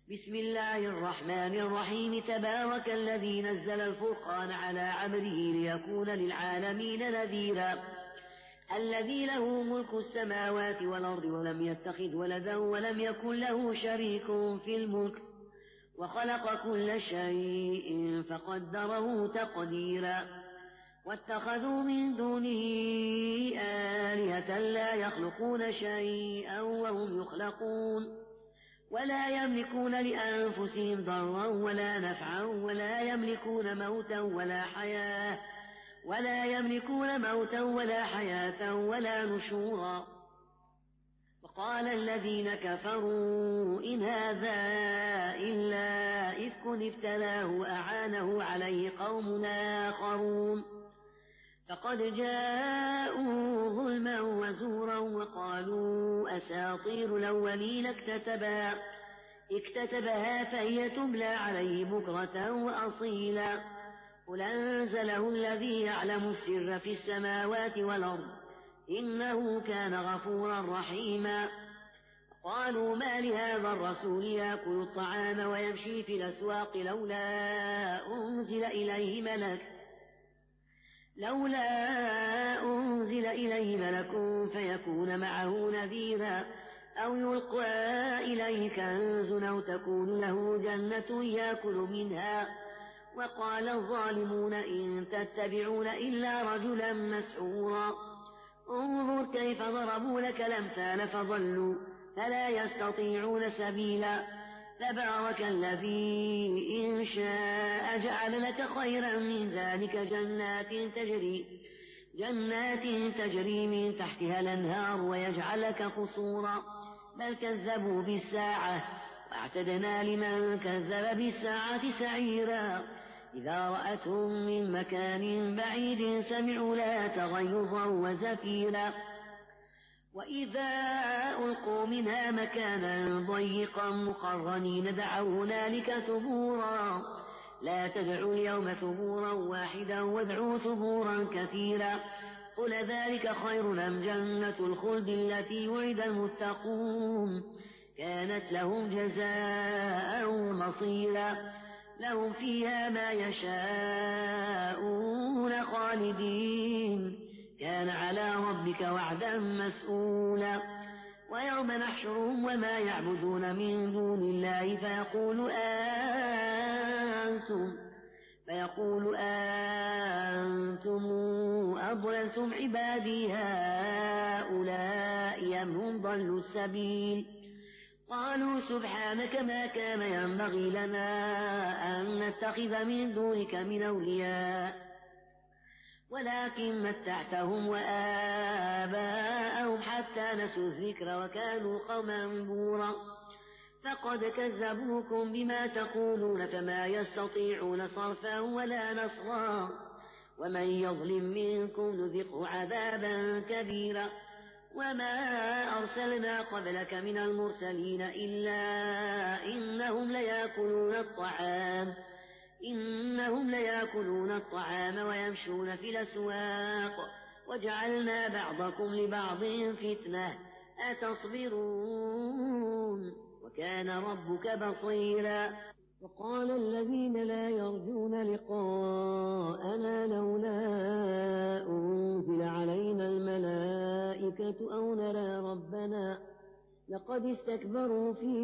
بسم الله الرحمن الرحيم. تبارك الذي نزل الفرقان على عبده ليكون للعالمين نذيرا. الذي له ملك السماوات والأرض ولم يتخذ ولدا ولم يكن له شريك في الملك وخلق كل شيء فقدره تقديرا. واتخذوا من دونه آلهة لا يخلقون شيئا وهم يخلقون ولا يملكون لأنفسهم ضرا ولا نفعا ولا يملكون موتا ولا حياة ولا نشورا. وقال الذين كفروا إن هذا إلا إفك افتراه وأعانه عليه قوم آخرون فقد جاءوا ظلما وزورا وقالوا أساطير الأولين اكتتبها فهي تملى عليه بكرة وأصيلا. قل أنزله الذي يعلم السر في السماوات والأرض إنه كان غفورا رحيما. قالوا ما لهذا الرسول يأكل الطعام ويمشي في الأسواق لولا أنزل إليه ملك فيكون معه نذيرا أو يلقى إليه كنز أو تكون له جنة يأكل منها. وقال الظالمون إن تتبعون إلا رجلا مسحورا. انظر كيف ضربوا لك الأمثال فضلوا فلا يستطيعون سبيلا. تبارك الذي إن شاء جعل لك خيرا من ذلك جنات تجري من تحتها الأنهار ويجعل لك قصورا. بل كذبوا بالساعة واعتدنا لمن كذب بالساعة سعيرا. إذا رأتهم من مكان بعيد سمعوا لها تغيظا وزفيرا. وإذا ألقوا منها مكانا ضيقا مقرنين دعوا هنالك ثبورا. لا تدعوا اليوم ثبورا واحدا وادعوا ثبورا كثيرا. قل ذلك خير أم جنة الخلد التي وعد المتقون كانت لهم جزاء ومصيرا. لهم فيها ما يشاءون خالدين كان على ربك وعدا مسئولا. ويوم نحشرهم وما يعبدون من دون الله فيقول أنتم أضللتم عبادي هؤلاء أم هم ضلوا السبيل. قالوا سبحانك ما كان ينبغي لنا أن نتخذ من دونك من أولياء ولكن متعتهم وآباءهم حتى نسوا الذكر وكانوا قوما بورا. فقد كذبوكم بما تقولون فما يستطيعون صرفا ولا نصرا. ومن يظلم منكم نذقه عذابا كبيرا. وما أرسلنا قبلك من المرسلين إلا إنهم ليأكلون الطعام ويمشون في الأسواق وجعلنا بعضكم لبعض فتنة أتصبرون وكان ربك بصيرا. وقال الذين لا يرجون لقاءنا لولا أنزل علينا الملائكة أو نرى ربنا لقد استكبروا في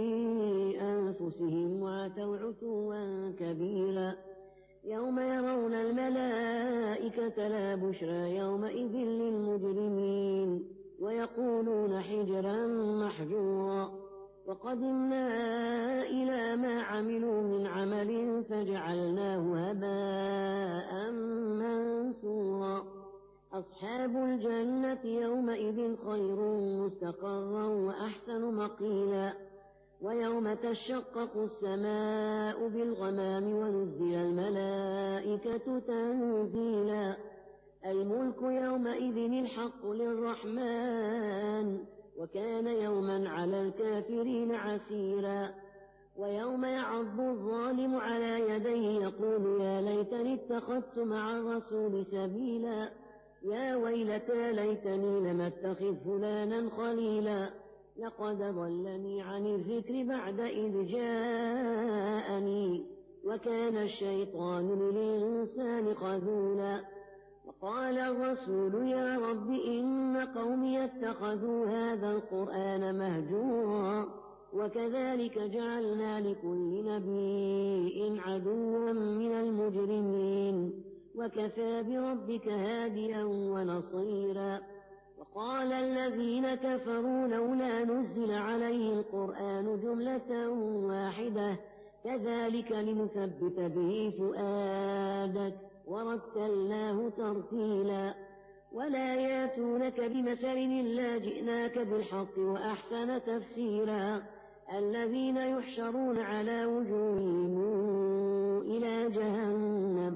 أنفسهم وعتوا عتوا كبيرا. يوم يرون الملائكة لا بشرى يومئذ للمجرمين ويقولون حجرا محجورا. وقدمنا إلى ما عملوا من عمل فجعلناه هباء منثورا. أصحاب الجنة يومئذ خير مستقرا وأحسن مقيلا. ويوم تشقق السماء بالغمام ونزل الملائكة تنزيلا. الملك يومئذ الحق للرحمن وكان يوما على الكافرين عسيرا. ويوم يعض الظالم على يديه يقول يا ليتني اتخذت مع الرسول سبيلا. يا ويلتى ليتني لم اتخذ فلانا خليلا لقد ضلني عن الذكر بعد إذ جاءني وكان الشيطان للإنسان خذولا وقال الرسول يا رب إن قومي اتخذوا هذا القرآن مهجورا وكذلك جعلنا لكل نبي عدوا من المجرمين وكفى بربك هاديا ونصيرا وقال الذين كفروا لولا نزل عليه القرآن جملة واحدة كذلك لنثبت به فؤادك ورتلناه ترتيلا ولا ياتونك بمثل إلا جئناك بالحق وأحسن تفسيرا الذين يحشرون على وجوههم إلى جهنم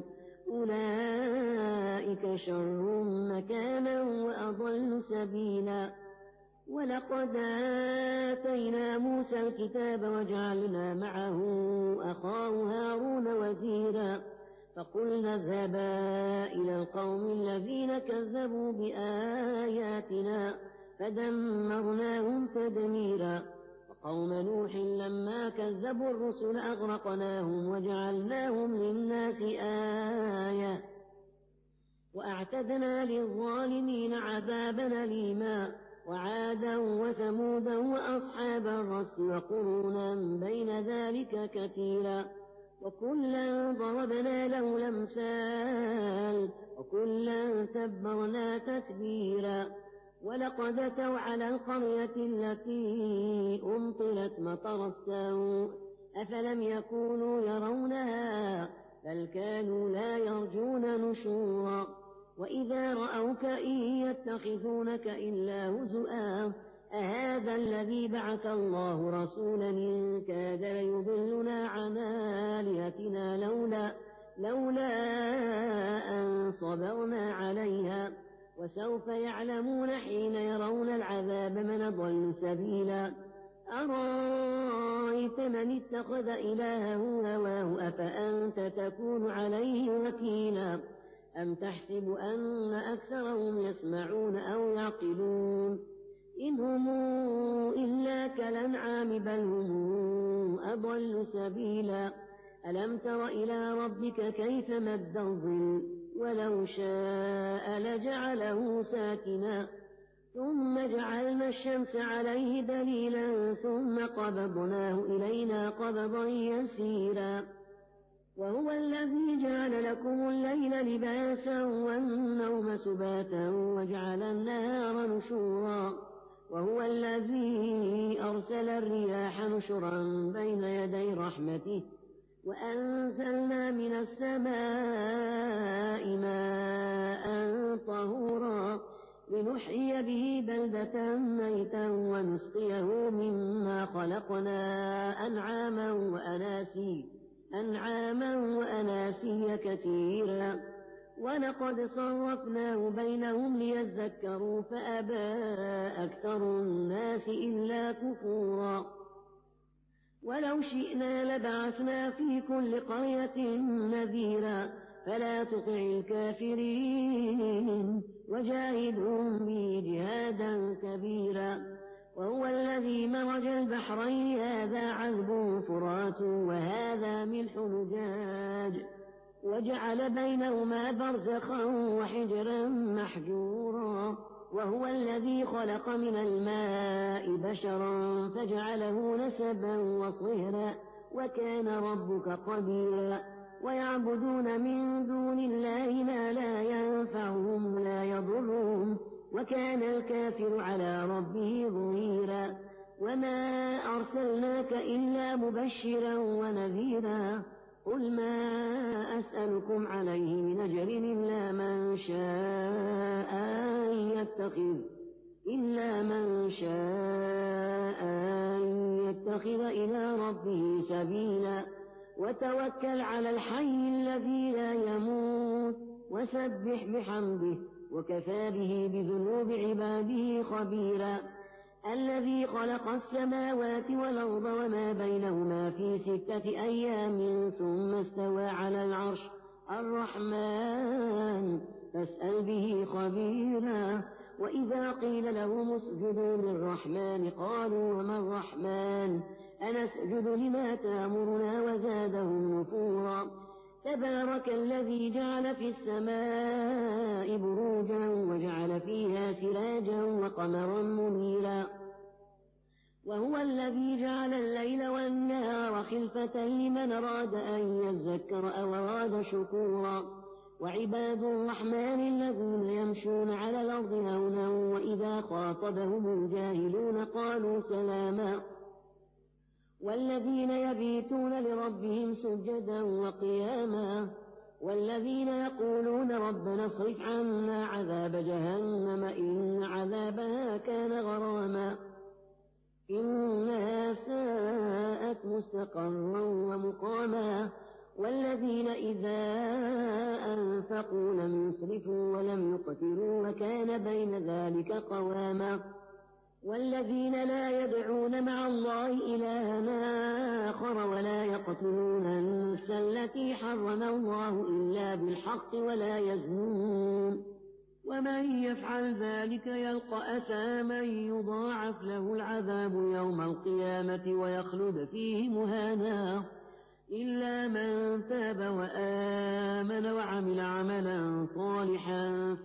أولئك شر مكانا وأضل سبيلا ولقد آتينا موسى الكتاب وجعلنا معه أخاه هارون وزيرا فقلنا اذهبا إلى القوم الذين كذبوا بآياتنا فدمرناهم تدميرا وقوم نوح لما كذبوا الرسل أغرقناهم وجعلناهم للناس آية وأعتدنا للظالمين عذابا أليما وعادا وثمودا وأصحاب الرس وقرونا بين ذلك كثيرا وكلا ضربنا له الأمثال وكلا تبرنا تتبيرا ولقد أتوا على القرية التي أمطرت مطر السوء أفلم يكونوا يرونها بل كانوا لا يرجون نشورا وإذا رأوك إن يتخذونك إلا هزؤا أهذا الذي بعث الله رسولا إن كاد ليضلنا عن آلهتنا لولا أن صبرنا عليها وسوف يعلمون حين يرون العذاب من ضل سبيلا أرأيت من اتخذ إلهه هواه أفأنت تكون عليه وكيلا أم تحسب أن أكثرهم يسمعون أو يعقلون إن هم إلا كالأنعام بل هم أضل سبيلا ألم تر إلى ربك كيف مد الظل ولو شاء لجعله ساكنا ثم جعلنا الشمس عليه دليلا ثم قبضناه إلينا قبضا يسيرا وهو الذي جعل لكم الليل لباسا والنوم سباتا وجعل النهار نشورا وهو الذي أرسل الرياح نشرا بين يدي رحمته وأنزلنا من السماء ماء طهورا لنحيي به بلدة ميتا ونسقيه مما خلقنا أنعاما وأناسيا كثيرا ولقد صرفناه بينهم ليذكروا فأبى أكثر الناس إلا كفورا ولو شئنا لبعثنا في كل قرية نذيرا فلا تطع الكافرين وجاهدهم به جهادا كبيرا وهو الذي مرج البحرين هذا عذب فرات وهذا ملح نجاج وجعل بينهما برزخا وحجرا محجورا وهو الذي خلق من الماء بشرا فجعله نسبا وصهرا وكان ربك قديرا ويعبدون من دون الله ما لا ينفعهم ولا يضرهم وكان الكافر على ربه ظهيرا وما أرسلناك إلا مبشرا ونذيرا قل ما أسألكم عليه من أجر إلا من شاء أن يتخذ إلى ربه سبيلا وتوكل على الحي الذي لا يموت وسبح بحمده وكفى به بذنوب عباده خبيرا الذي خلق السماوات والأرض وما بينهما في 6 أيام ثم استوى على العرش الرحمن فاسأل به خبيرا وإذا قيل لهم اسجدوا للرحمن قالوا وما الرحمن أنسجد لما تأمرنا وزادهم نفورا تبارك الذي جعل في السماء بروجا وجعل فيها سراجا وقمرا منيرا وهو الذي جعل الليل والنهار خلفة لمن أراد أن يذكر أو أراد شكورا وعباد الرحمن الذين يمشون على الأرض هونا وإذا خاطبهم الجاهلون قالوا سلاما والذين يبيتون لربهم سجدا وقياما والذين يقولون ربنا اصرف عنا عذاب جهنم إن عذابها كان غراما إنها ساءت مستقرا ومقاما والذين إذا أنفقوا لم يسرفوا ولم يقتروا وكان بين ذلك قواما والذين لا يدعون مع الله إلها آخر ولا يقتلون النفس التي حرم الله إلا بالحق ولا يزنون ومن يفعل ذلك يلقى أثاما يضاعف له العذاب يوم القيامة ويخلد فيه مهانا إلا من تاب وآمن وعمل عملا صالحا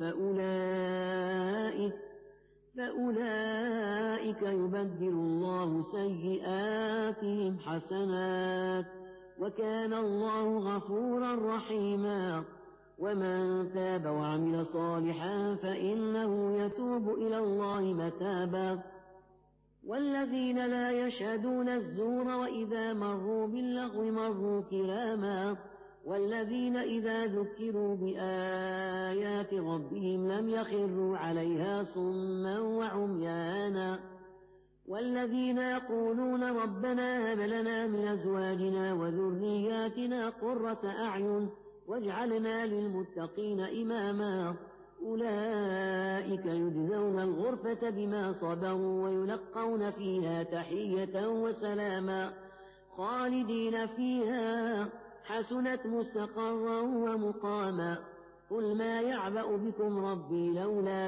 فأولئك يبدل الله سيئاتهم حسنات وكان الله غفورا رحيما ومن تاب وعمل صالحا فإنه يتوب إلى الله متابا والذين لا يشهدون الزور وإذا مروا باللغو مروا كراما والذين إذا ذكروا بآيات ربهم لم يخروا عليها صما وعميانا والذين يقولون ربنا هب لنا من أزواجنا وذرياتنا قرة أعين واجعلنا للمتقين إماما أولئك يجزون الغرفة بما صبروا ويلقون فيها تحية وسلاما خالدين فيها حسنت مستقرا ومقاما قل ما يعبأ بكم ربي لولا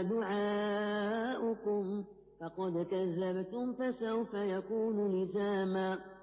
دعاؤكم فقد كذبتم فسوف يكون لزاما